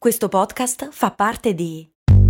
Questo podcast fa parte di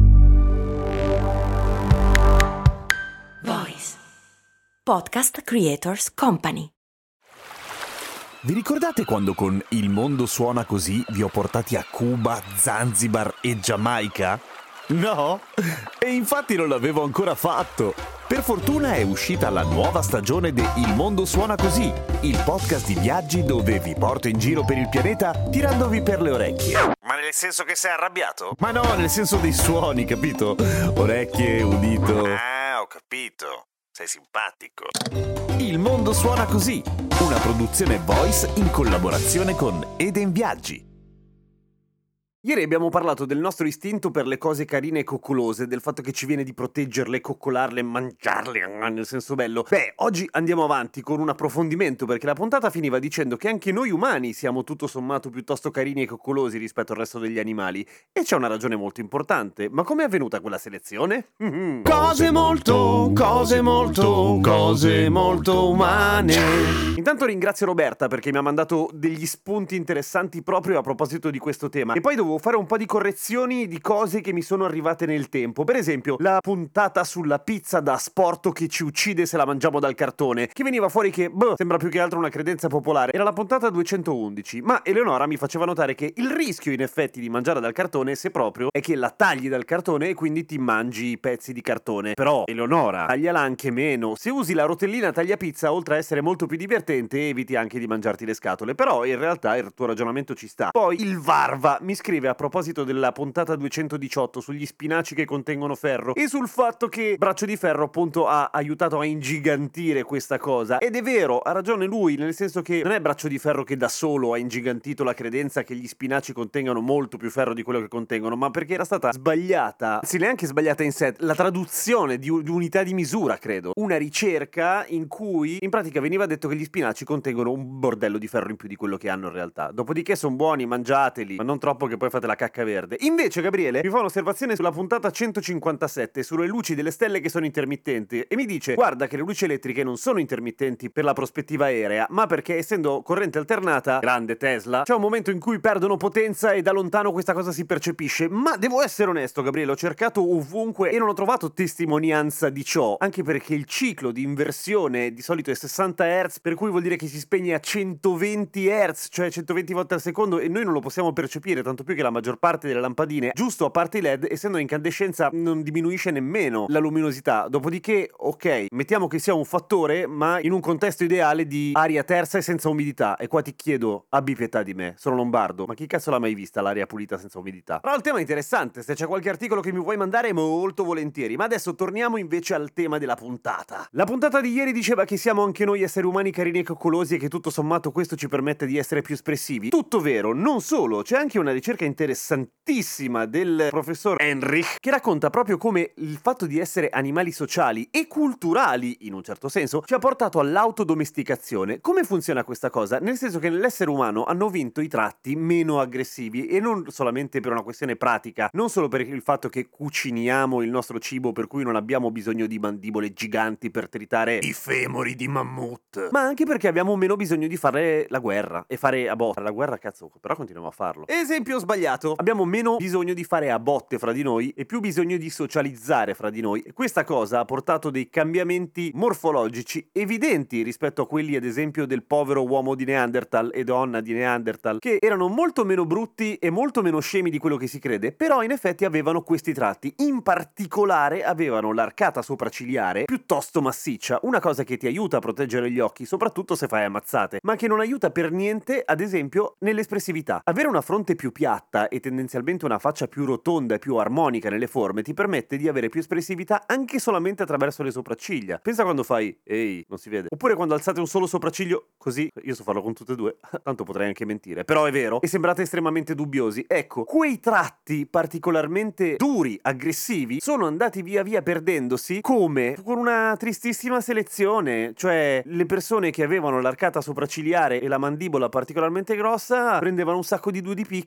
Voice Podcast Creators Company. Vi ricordate quando con Il mondo suona così vi ho portati a Cuba, Zanzibar e Giamaica? No? E infatti non l'avevo ancora fatto. Per fortuna è uscita la nuova stagione di Il mondo suona così, il podcast di viaggi dove vi porto in giro per il pianeta tirandovi per le orecchie. Ma nel senso che sei arrabbiato? Ma no, nel senso dei suoni, capito? Orecchie, udito. Ah, ho capito. Sei simpatico. Il mondo suona così, una produzione Voice in collaborazione con Eden Viaggi. Ieri abbiamo parlato del nostro istinto per le cose carine e coccolose, del fatto che ci viene di proteggerle, coccolarle, mangiarle, nel senso bello. Beh, oggi andiamo avanti con un approfondimento, perché la puntata finiva dicendo che anche noi umani siamo tutto sommato piuttosto carini e coccolosi rispetto al resto degli animali. E c'è una ragione molto importante. Ma com'è avvenuta quella selezione? Cose molto umane. Intanto ringrazio Roberta perché mi ha mandato degli spunti interessanti proprio a proposito di questo tema. E poi devo fare un po' di correzioni di cose che mi sono arrivate nel tempo. Per esempio, la puntata sulla pizza da asporto che ci uccide se la mangiamo dal cartone, che veniva fuori che, sembra più che altro una credenza popolare. Era la puntata 211, ma Eleonora mi faceva notare che il rischio in effetti di mangiare dal cartone, se proprio, è che la tagli dal cartone e quindi ti mangi i pezzi di cartone. Però, Eleonora, tagliala anche meno. Se usi la rotellina tagliapizza, oltre a essere molto più divertente, eviti anche di mangiarti le scatole. Però, in realtà, il tuo ragionamento ci sta. Poi, il Varva mi scrive a proposito della puntata 218 sugli spinaci che contengono ferro e sul fatto che Braccio di Ferro appunto ha aiutato a ingigantire questa cosa. Ed è vero, ha ragione lui, nel senso che non è Braccio di Ferro che da solo ha ingigantito la credenza che gli spinaci contengano molto più ferro di quello che contengono, ma perché era stata sbagliata, sì, neanche sbagliata in sé, la traduzione di unità di misura, credo. Una ricerca in cui in pratica veniva detto che gli spinaci contengono un bordello di ferro in più di quello che hanno in realtà. Dopodiché sono buoni, mangiateli, ma non troppo che poi fate la cacca verde. Invece Gabriele mi fa un'osservazione sulla puntata 157 sulle luci delle stelle che sono intermittenti e mi dice: guarda che le luci elettriche non sono intermittenti per la prospettiva aerea, ma perché essendo corrente alternata, grande Tesla, c'è un momento in cui perdono potenza e da lontano questa cosa si percepisce. Ma devo essere onesto, Gabriele, ho cercato ovunque e non ho trovato testimonianza di ciò, anche perché il ciclo di inversione di solito è 60 Hz, per cui vuol dire che si spegne a 120 Hz, cioè 120 volte al secondo, e noi non lo possiamo percepire, tanto più che la maggior parte delle lampadine, giusto a parte i LED, essendo in incandescenza, non diminuisce nemmeno la luminosità. Dopodiché, ok, mettiamo che sia un fattore, ma in un contesto ideale di aria terza e senza umidità. E qua ti chiedo, abbi pietà di me, sono lombardo, ma chi cazzo l'ha mai vista l'aria pulita senza umidità? Però il tema è interessante, se c'è qualche articolo che mi vuoi mandare molto volentieri. Ma adesso torniamo invece al tema della puntata. La puntata di ieri diceva che siamo anche noi esseri umani carini e coccolosi e che tutto sommato questo ci permette di essere più espressivi. Tutto vero, non solo, c'è anche una ricerca interessantissima del professor Henrich che racconta proprio come il fatto di essere animali sociali e culturali, in un certo senso, ci ha portato all'autodomesticazione. Come funziona questa cosa? Nel senso che nell'essere umano hanno vinto i tratti meno aggressivi, e non solamente per una questione pratica, non solo per il fatto che cuciniamo il nostro cibo per cui non abbiamo bisogno di mandibole giganti per tritare i femori di mammut, ma anche perché abbiamo meno bisogno di fare la guerra e fare a botte. La guerra, cazzo, però continuiamo a farlo. Esempio sbagliato. Abbiamo meno bisogno di fare a botte fra di noi e più bisogno di socializzare fra di noi. E questa cosa ha portato dei cambiamenti morfologici evidenti rispetto a quelli, ad esempio, del povero uomo di Neanderthal e donna di Neanderthal, che erano molto meno brutti e molto meno scemi di quello che si crede, però in effetti avevano questi tratti. In particolare avevano l'arcata sopraccigliare piuttosto massiccia, una cosa che ti aiuta a proteggere gli occhi, soprattutto se fai ammazzate, ma che non aiuta per niente, ad esempio, nell'espressività. Avere una fronte più piatta e tendenzialmente una faccia più rotonda e più armonica nelle forme ti permette di avere più espressività anche solamente attraverso le sopracciglia. Pensa quando fai ehi, non si vede. Oppure quando alzate un solo sopracciglio, così, io so farlo con tutte e due, tanto potrei anche mentire, però è vero, e sembrate estremamente dubbiosi. Ecco, quei tratti particolarmente duri, aggressivi, sono andati via via perdendosi come con una tristissima selezione, cioè le persone che avevano l'arcata sopraccigliare e la mandibola particolarmente grossa prendevano un sacco di due di picche e nessuno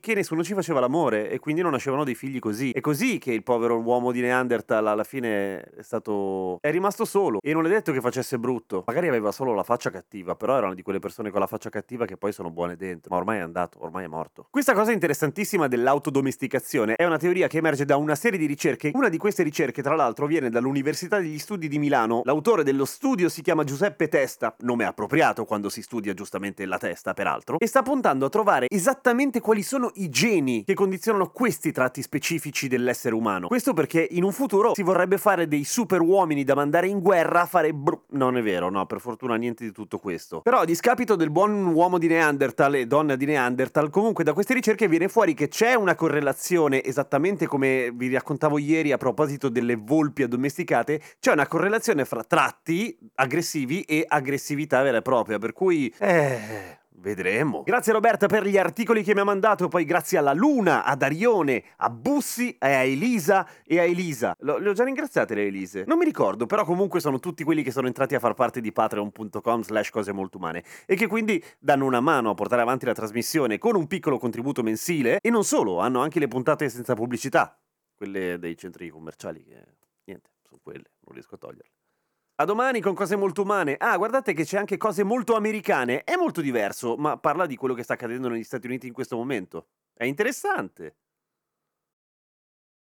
ci faceva l'amore e quindi non nascevano dei figli così. È così che il povero uomo di Neanderthal alla fine è rimasto solo e non è detto che facesse brutto. Magari aveva solo la faccia cattiva, però erano di quelle persone con la faccia cattiva che poi sono buone dentro. Ma ormai è andato, ormai è morto. Questa cosa interessantissima dell'autodomesticazione è una teoria che emerge da una serie di ricerche. Una di queste ricerche, tra l'altro, viene dall'Università degli Studi di Milano. L'autore dello studio si chiama Giuseppe Testa, nome appropriato quando si studia giustamente la testa, peraltro, e sta puntando a trovare esattamente quali sono i geni che condizionano questi tratti specifici dell'essere umano. Questo perché in un futuro si vorrebbe fare dei super uomini da mandare in guerra a fare non è vero, no, per fortuna niente di tutto questo. Però a discapito del buon uomo di Neanderthal e donna di Neanderthal, comunque da queste ricerche viene fuori che c'è una correlazione, esattamente come vi raccontavo ieri a proposito delle volpi addomesticate, c'è una correlazione fra tratti aggressivi e aggressività vera e propria, per cui vedremo. Grazie Roberta per gli articoli che mi ha mandato, poi grazie alla Luna, ad Arione, a Bussi, a Elisa e a Elisa. Le ho già ringraziate le Elise? Non mi ricordo, però comunque sono tutti quelli che sono entrati a far parte di patreon.com/cosemoltumane e che quindi danno una mano a portare avanti la trasmissione con un piccolo contributo mensile e non solo, hanno anche le puntate senza pubblicità, quelle dei centri commerciali che niente, sono quelle, non riesco a toglierle. A domani con Cose Molto Umane. Ah, guardate che c'è anche Cose Molto Americane. È molto diverso, ma parla di quello che sta accadendo negli Stati Uniti in questo momento. È interessante.